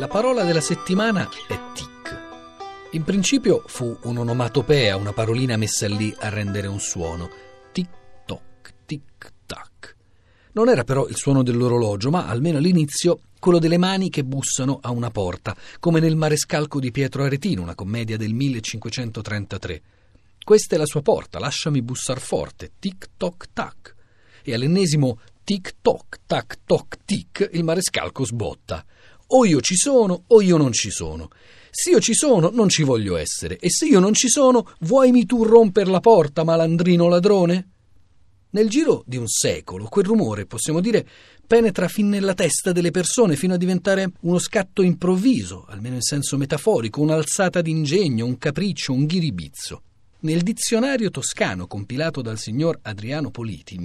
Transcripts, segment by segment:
La parola della settimana è tic. In principio fu un'onomatopea, una parolina messa lì a rendere un suono. Tic-toc, tic-tac. Non era però il suono dell'orologio, ma almeno all'inizio quello delle mani che bussano a una porta, come nel Marescalco di Pietro Aretino, una commedia del 1533. Questa è la sua porta, lasciami bussar forte, tic-toc-tac. E all'ennesimo tic-toc, tac-toc-tic il marescalco sbotta. O io ci sono o io non ci sono. Se io ci sono non ci voglio essere, e se io non ci sono vuoimi tu romper la porta, malandrino ladrone? Nel giro di un secolo quel rumore, possiamo dire, penetra fin nella testa delle persone fino a diventare uno scatto improvviso, almeno in senso metaforico, un'alzata d'ingegno, un capriccio, un ghiribizzo. Nel dizionario toscano compilato dal signor Adriano Politi,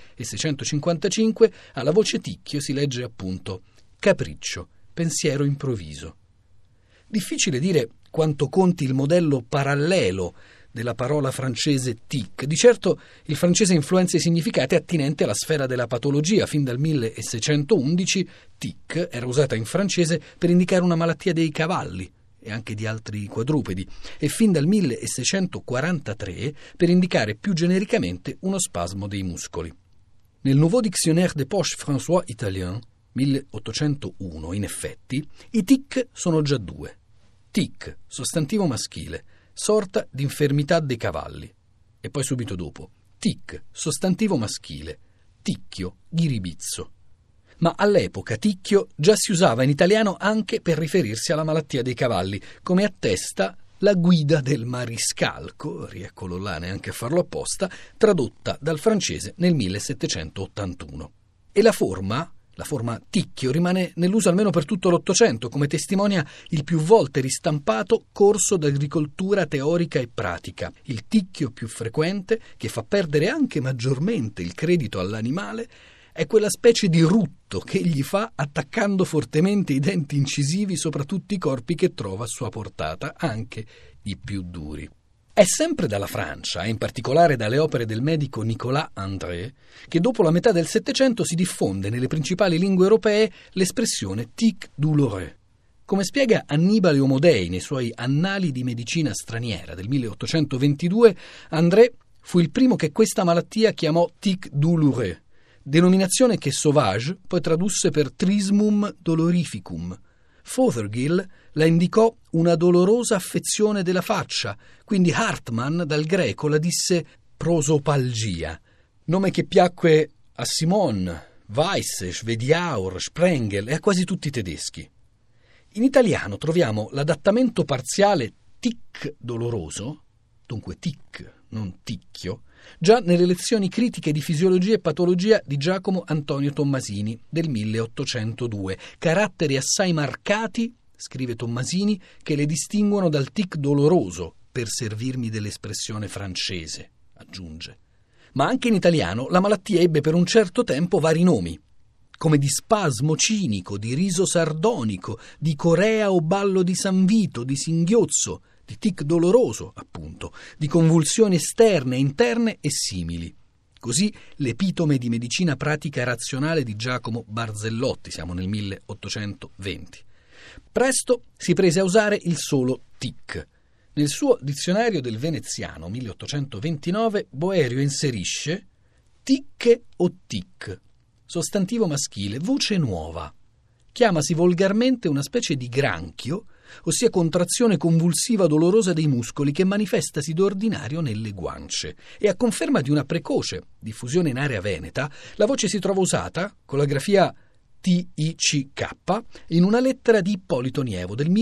1655, alla voce ticchio si legge appunto capriccio, pensiero improvviso. Difficile dire quanto conti il modello parallelo della parola francese tic. Di certo il francese influenza i significati attinenti alla sfera della patologia. Fin dal 1611 tic era usata in francese per indicare una malattia dei cavalli e anche di altri quadrupedi, e fin dal 1643 per indicare più genericamente uno spasmo dei muscoli. Nel Nouveau Dictionnaire des Poches François Italien 1801, in effetti, i tic sono già due. Tic, sostantivo maschile, sorta d'infermità dei cavalli. E poi subito dopo, tic, sostantivo maschile, ticchio, ghiribizzo. Ma all'epoca ticchio già si usava in italiano anche per riferirsi alla malattia dei cavalli, come attesta la guida del mariscalco, rieccolo là neanche a farlo apposta, tradotta dal francese nel 1781. E la forma ticchio rimane nell'uso almeno per tutto l'Ottocento, come testimonia il più volte ristampato corso d'agricoltura teorica e pratica. Il ticchio più frequente, che fa perdere anche maggiormente il credito all'animale, è quella specie di rutto che egli fa attaccando fortemente i denti incisivi sopra tutti i corpi che trova a sua portata, anche i più duri. È sempre dalla Francia, e in particolare dalle opere del medico Nicolas André, che dopo la metà del Settecento si diffonde nelle principali lingue europee l'espressione tic douloureux. Come spiega Annibale Omodei nei suoi Annali di medicina straniera del 1822, André fu il primo che questa malattia chiamò tic douloureux, denominazione che Sauvage poi tradusse per trismum dolorificum. Fothergill la indicò una dolorosa affezione della faccia, quindi Hartmann dal greco la disse prosopalgia, nome che piacque a Simon, Weiss, Schwediaur, Sprengel e a quasi tutti i tedeschi. In italiano troviamo l'adattamento parziale tic doloroso, dunque tic, non ticchio, già nelle lezioni critiche di fisiologia e patologia di Giacomo Antonio Tommasini del 1802, caratteri assai marcati, scrive Tommasini, che le distinguono dal tic doloroso, per servirmi dell'espressione francese, aggiunge. Ma anche in italiano la malattia ebbe per un certo tempo vari nomi, come di spasmo cinico, di riso sardonico, di corea o ballo di San Vito, di singhiozzo, di tic doloroso, appunto, di convulsioni esterne, interne e simili. Così l'epitome di medicina pratica razionale di Giacomo Barzellotti, siamo nel 1820. Presto si prese a usare il solo tic. Nel suo dizionario del veneziano 1829 Boerio inserisce ticche o tic, sostantivo maschile, voce nuova. Chiamasi volgarmente una specie di granchio, ossia contrazione convulsiva dolorosa dei muscoli che manifestasi d'ordinario nelle guance. E a conferma di una precoce diffusione in area veneta, la voce si trova usata con la grafia TICK in una lettera di Ippolito Nievo del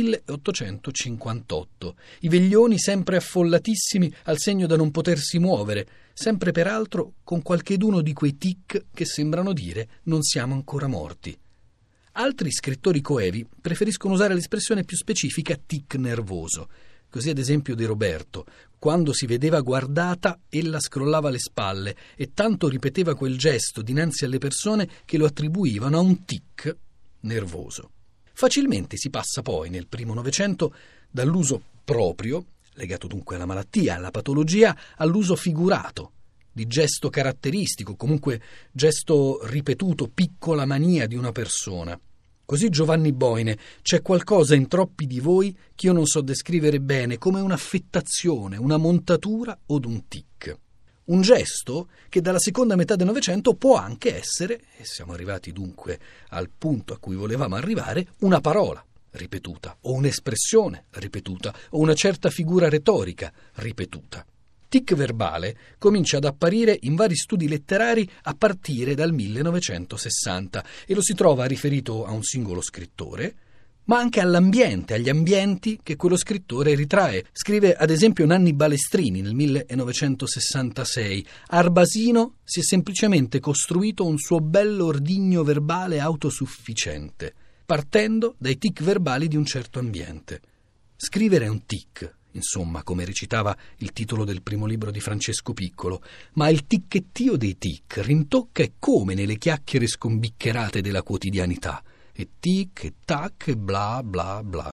1858. I veglioni sempre affollatissimi al segno da non potersi muovere, sempre peraltro con qualcheduno di quei tic che sembrano dire non siamo ancora morti. Altri scrittori coevi preferiscono usare l'espressione più specifica tic nervoso. Così ad esempio De Roberto, quando si vedeva guardata, ella scrollava le spalle e tanto ripeteva quel gesto dinanzi alle persone che lo attribuivano a un tic nervoso. Facilmente si passa poi nel primo Novecento dall'uso proprio, legato dunque alla malattia, alla patologia, all'uso figurato, di gesto caratteristico, comunque gesto ripetuto, piccola mania di una persona. Così Giovanni Boine: c'è qualcosa in troppi di voi che io non so descrivere bene, come un'affettazione, una montatura od un tic. Un gesto che dalla seconda metà del Novecento può anche essere, e siamo arrivati dunque al punto a cui volevamo arrivare, una parola ripetuta, o un'espressione ripetuta, o una certa figura retorica ripetuta. Tic verbale comincia ad apparire in vari studi letterari a partire dal 1960 e lo si trova riferito a un singolo scrittore, ma anche all'ambiente, agli ambienti che quello scrittore ritrae. Scrive ad esempio Nanni Balestrini nel 1966: Arbasino si è semplicemente costruito un suo bello ordigno verbale autosufficiente, partendo dai tic verbali di un certo ambiente. Scrivere è un tic, insomma, come recitava il titolo del primo libro di Francesco Piccolo, ma il ticchettio dei tic rintocca e come nelle chiacchiere scombiccherate della quotidianità, e tic e tac e bla bla bla.